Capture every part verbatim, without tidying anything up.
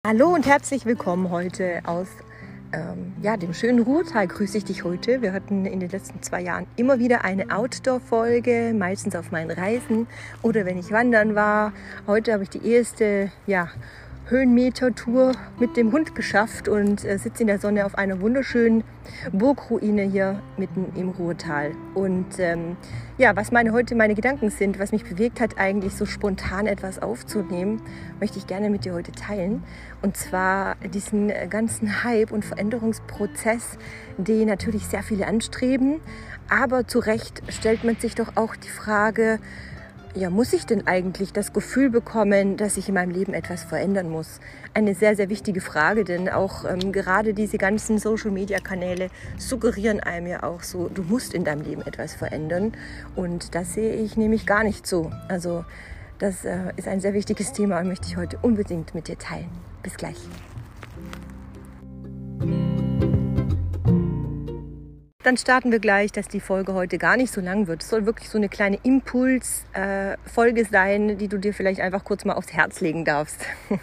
Hallo und herzlich willkommen heute aus ähm, ja, dem schönen Ruhrtal. Grüße ich dich heute. Wir hatten in den letzten zwei Jahren immer wieder eine Outdoor-Folge, meistens auf meinen Reisen oder wenn ich wandern war. Heute habe ich die erste ja, Höhenmeter-Tour mit dem Hund geschafft und äh, sitze in der Sonne auf einer wunderschönen Burgruine hier mitten im Ruhrtal. Und ähm, ja, was meine heute meine Gedanken sind, was mich bewegt hat, eigentlich so spontan etwas aufzunehmen, möchte ich gerne mit dir heute teilen. Und zwar diesen ganzen Hype und Veränderungsprozess, den natürlich sehr viele anstreben. Aber zu Recht stellt man sich doch auch die Frage, ja, muss ich denn eigentlich das Gefühl bekommen, dass ich in meinem Leben etwas verändern muss? Eine sehr, sehr wichtige Frage, denn auch ähm, gerade diese ganzen Social-Media-Kanäle suggerieren einem ja auch so, du musst in deinem Leben etwas verändern. Und das sehe ich nämlich gar nicht so. Also das äh, ist ein sehr wichtiges Thema und möchte ich heute unbedingt mit dir teilen. Bis gleich. Dann starten wir gleich, dass die Folge heute gar nicht so lang wird. Es soll wirklich so eine kleine Impulsfolge äh, sein, die du dir vielleicht einfach kurz mal aufs Herz legen darfst.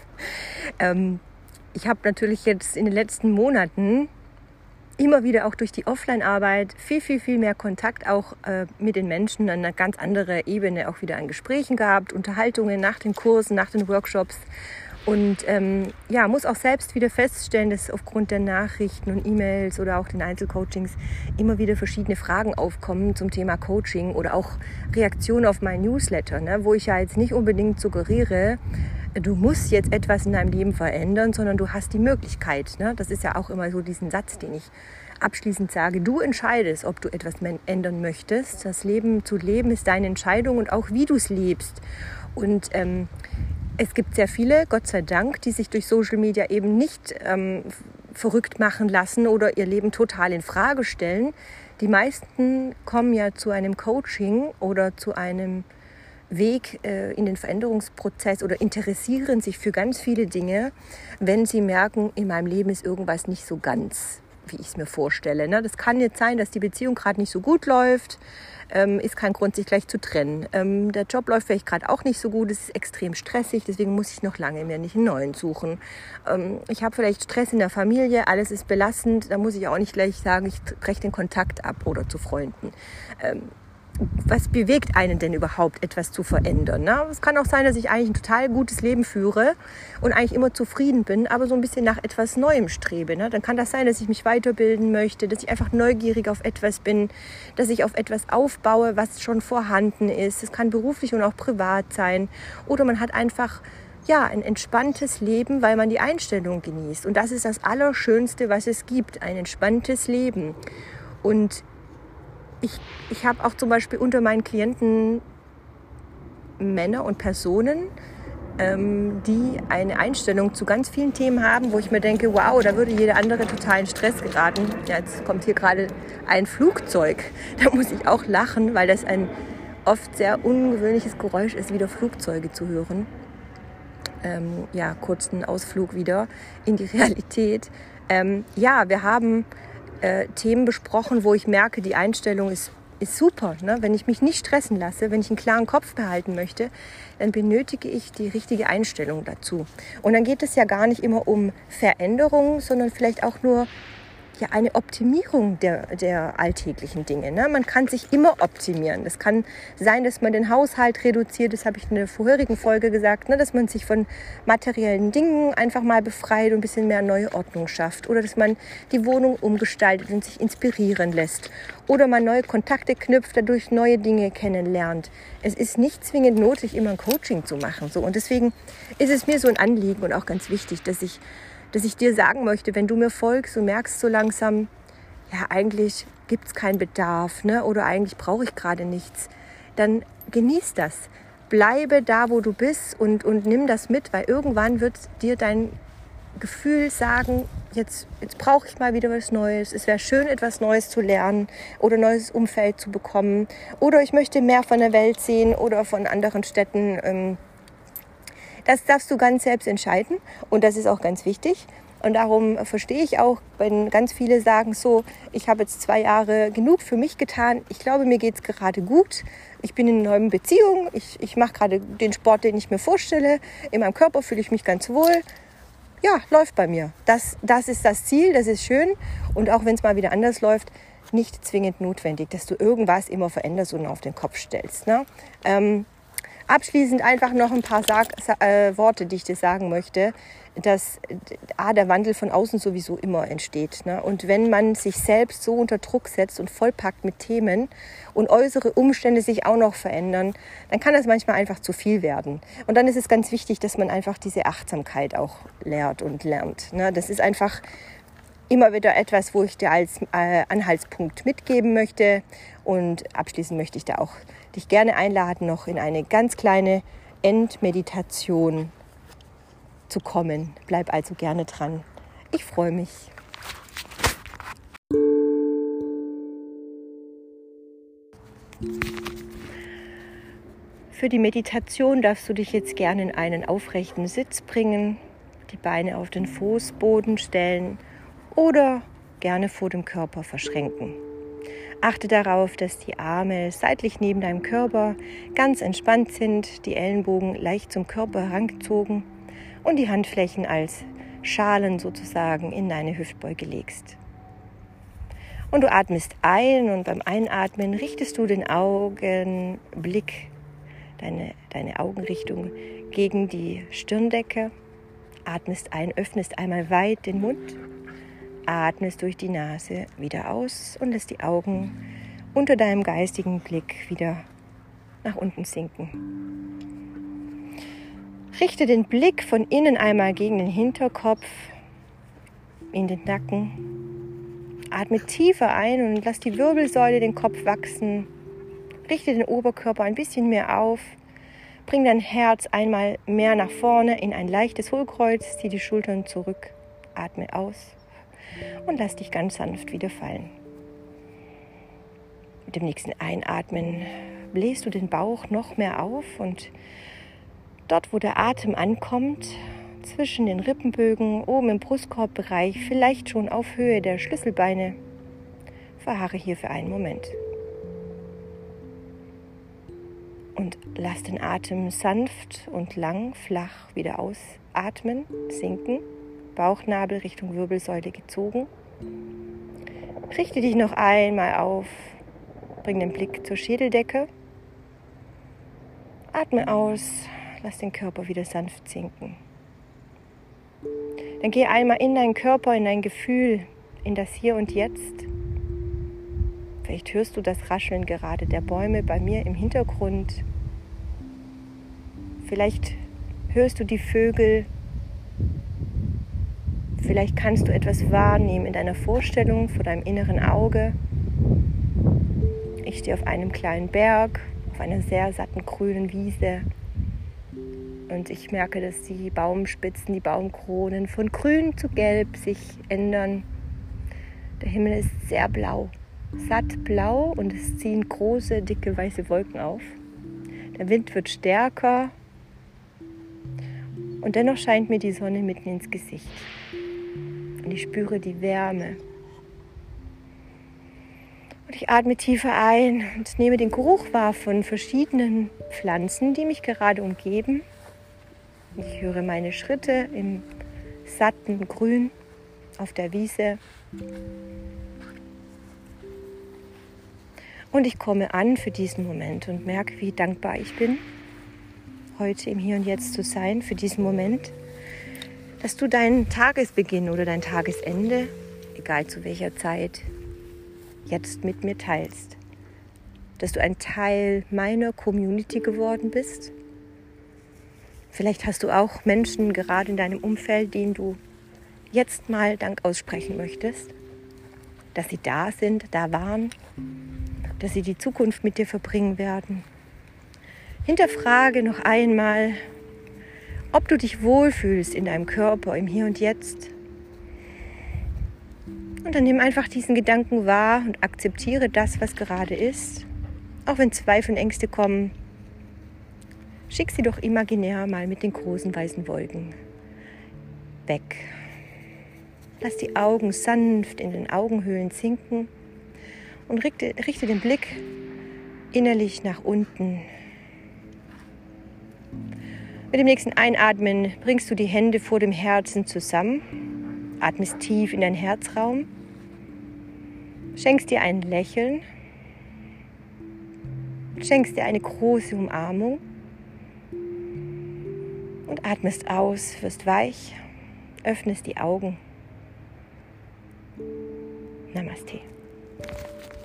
ähm, ich habe natürlich jetzt in den letzten Monaten immer wieder auch durch die Offline-Arbeit viel, viel, viel mehr Kontakt auch äh, mit den Menschen, an einer ganz anderen Ebene auch wieder an Gesprächen gehabt, Unterhaltungen nach den Kursen, nach den Workshops. Und ähm, ja, muss auch selbst wieder feststellen, dass aufgrund der Nachrichten und E-Mails oder auch den Einzelcoachings immer wieder verschiedene Fragen aufkommen zum Thema Coaching oder auch Reaktionen auf mein Newsletter, ne, wo ich ja jetzt nicht unbedingt suggeriere, du musst jetzt etwas in deinem Leben verändern, sondern du hast die Möglichkeit. Ne? Das ist ja auch immer so diesen Satz, den ich abschließend sage. Du entscheidest, ob du etwas ändern möchtest. Das Leben zu leben ist deine Entscheidung und auch wie du es lebst. Und ähm, es gibt sehr viele, Gott sei Dank, die sich durch Social Media eben nicht ähm, verrückt machen lassen oder ihr Leben total in Frage stellen. Die meisten kommen ja zu einem Coaching oder zu einem Weg äh, in den Veränderungsprozess oder interessieren sich für ganz viele Dinge, wenn sie merken, in meinem Leben ist irgendwas nicht so ganz, wie ich es mir vorstelle. Ne? Das kann jetzt sein, dass die Beziehung gerade nicht so gut läuft. Ähm, ist kein Grund, sich gleich zu trennen. Ähm, der Job läuft vielleicht gerade auch nicht so gut, es ist extrem stressig, deswegen muss ich noch lange mehr nicht einen neuen suchen. Ähm, ich habe vielleicht Stress in der Familie, alles ist belastend, da muss ich auch nicht gleich sagen, ich breche den Kontakt ab oder zu Freunden. Ähm, was bewegt einen denn überhaupt, etwas zu verändern? Ne? Es kann auch sein, dass ich eigentlich ein total gutes Leben führe und eigentlich immer zufrieden bin, aber so ein bisschen nach etwas Neuem strebe. Ne? Dann kann das sein, dass ich mich weiterbilden möchte, dass ich einfach neugierig auf etwas bin, dass ich auf etwas aufbaue, was schon vorhanden ist. Es kann beruflich und auch privat sein. Oder man hat einfach ja, ein entspanntes Leben, weil man die Einstellung genießt. Und das ist das Allerschönste, was es gibt, ein entspanntes Leben. Und Ich, ich habe auch zum Beispiel unter meinen Klienten Männer und Personen, ähm, die eine Einstellung zu ganz vielen Themen haben, wo ich mir denke, wow, da würde jeder andere total in Stress geraten. Ja, jetzt kommt hier gerade ein Flugzeug. Da muss ich auch lachen, weil das ein oft sehr ungewöhnliches Geräusch ist, wieder Flugzeuge zu hören. Ähm, ja, kurzen Ausflug wieder in die Realität. Ähm, ja, wir haben Äh, Themen besprochen, wo ich merke, die Einstellung ist, ist super. Ne? Wenn ich mich nicht stressen lasse, wenn ich einen klaren Kopf behalten möchte, dann benötige ich die richtige Einstellung dazu. Und dann geht es ja gar nicht immer um Veränderung, sondern vielleicht auch nur ja, eine Optimierung der, der alltäglichen Dinge. Ne? Man kann sich immer optimieren. Das kann sein, dass man den Haushalt reduziert, das habe ich in der vorherigen Folge gesagt, ne? Dass man sich von materiellen Dingen einfach mal befreit und ein bisschen mehr neue Ordnung schafft. Oder dass man die Wohnung umgestaltet und sich inspirieren lässt. Oder man neue Kontakte knüpft, dadurch neue Dinge kennenlernt. Es ist nicht zwingend nötig, immer ein Coaching zu machen. So. Und deswegen ist es mir so ein Anliegen und auch ganz wichtig, dass ich dass ich dir sagen möchte, wenn du mir folgst und merkst so langsam, ja, eigentlich gibt es keinen Bedarf, ne? Oder eigentlich brauche ich gerade nichts, dann genieß das. Bleibe da, wo du bist und, und nimm das mit, weil irgendwann wird dir dein Gefühl sagen, jetzt, jetzt brauche ich mal wieder was Neues. Es wäre schön, etwas Neues zu lernen oder ein neues Umfeld zu bekommen. Oder ich möchte mehr von der Welt sehen oder von anderen Städten. Ähm, Das darfst du ganz selbst entscheiden und das ist auch ganz wichtig. Und darum verstehe ich auch, wenn ganz viele sagen so, ich habe jetzt zwei Jahre genug für mich getan. Ich glaube, mir geht es gerade gut. Ich bin in einer neuen Beziehung. Ich, ich mache gerade den Sport, den ich mir vorstelle. In meinem Körper fühle ich mich ganz wohl. ja, läuft bei mir. Das, das ist das Ziel, das ist schön. Und auch wenn es mal wieder anders läuft, nicht zwingend notwendig, dass du irgendwas immer veränderst und auf den Kopf stellst. Ne? Ähm, abschließend einfach noch ein paar Sag, äh, Worte, die ich dir sagen möchte, dass ah, der Wandel von außen sowieso immer entsteht. Ne? Und wenn man sich selbst so unter Druck setzt und vollpackt mit Themen und äußere Umstände sich auch noch verändern, dann kann das manchmal einfach zu viel werden. Und dann ist es ganz wichtig, dass man einfach diese Achtsamkeit auch lehrt und lernt. Ne? Das ist einfach immer wieder etwas, wo ich dir als äh, Anhaltspunkt mitgeben möchte. Und abschließend möchte ich da auch dich gerne einladen, noch in eine ganz kleine Endmeditation zu kommen. Bleib also gerne dran. Ich freue mich. Für die Meditation darfst du dich jetzt gerne in einen aufrechten Sitz bringen, die Beine auf den Fußboden stellen oder gerne vor dem Körper verschränken. Achte darauf, dass die Arme seitlich neben deinem Körper ganz entspannt sind, die Ellenbogen leicht zum Körper herangezogen und die Handflächen als Schalen sozusagen in deine Hüftbeuge legst. Und du atmest ein und beim Einatmen richtest du den Augenblick, deine, deine Augenrichtung gegen die Stirndecke. Atmest ein, öffnest einmal weit den Mund, atmest durch die Nase wieder aus und lässt die Augen unter deinem geistigen Blick wieder nach unten sinken. Richte den Blick von innen einmal gegen den Hinterkopf, in den Nacken. Atme tiefer ein und lass die Wirbelsäule den Kopf wachsen. Richte den Oberkörper ein bisschen mehr auf. Bring dein Herz einmal mehr nach vorne in ein leichtes Hohlkreuz. Zieh die Schultern zurück. Atme aus und lass dich ganz sanft wieder fallen. Mit dem nächsten Einatmen bläst du den Bauch noch mehr auf und dort, wo der Atem ankommt, zwischen den Rippenbögen, oben im Brustkorbbereich, vielleicht schon auf Höhe der Schlüsselbeine, verharre hier für einen Moment. Und lass den Atem sanft und lang, flach wieder ausatmen, sinken, Bauchnabel Richtung Wirbelsäule gezogen. Richte dich noch einmal auf, bring den Blick zur Schädeldecke, atme aus. Lass den Körper wieder sanft sinken. Dann geh einmal in deinen Körper, in dein Gefühl, in das Hier und Jetzt. Vielleicht hörst du das Rascheln gerade der Bäume bei mir im Hintergrund. Vielleicht hörst du die Vögel. Vielleicht kannst du etwas wahrnehmen in deiner Vorstellung, vor deinem inneren Auge. Ich stehe auf einem kleinen Berg, auf einer sehr satten grünen Wiese. Und ich merke, dass die Baumspitzen, die Baumkronen von grün zu gelb sich ändern. Der Himmel ist sehr blau, satt blau und es ziehen große, dicke, weiße Wolken auf. Der Wind wird stärker und dennoch scheint mir die Sonne mitten ins Gesicht. Und ich spüre die Wärme. Und ich atme tiefer ein und nehme den Geruch wahr von verschiedenen Pflanzen, die mich gerade umgeben. Ich höre meine Schritte im satten Grün auf der Wiese. Und ich komme an für diesen Moment und merke, wie dankbar ich bin, heute im Hier und Jetzt zu sein, für diesen Moment, dass du deinen Tagesbeginn oder dein Tagesende, egal zu welcher Zeit, jetzt mit mir teilst. Dass du ein Teil meiner Community geworden bist. Vielleicht hast du auch Menschen gerade in deinem Umfeld, denen du jetzt mal Dank aussprechen möchtest, dass sie da sind, da waren, dass sie die Zukunft mit dir verbringen werden. Hinterfrage noch einmal, ob du dich wohlfühlst in deinem Körper, im Hier und Jetzt. Und dann nimm einfach diesen Gedanken wahr und akzeptiere das, was gerade ist. Auch wenn Zweifel und Ängste kommen, schick sie doch imaginär mal mit den großen weißen Wolken weg. Lass die Augen sanft in den Augenhöhlen sinken und richte, richte den Blick innerlich nach unten. Mit dem nächsten Einatmen bringst du die Hände vor dem Herzen zusammen, atmest tief in deinen Herzraum, schenkst dir ein Lächeln, schenkst dir eine große Umarmung und atmest aus, wirst weich, öffnest die Augen. Namaste.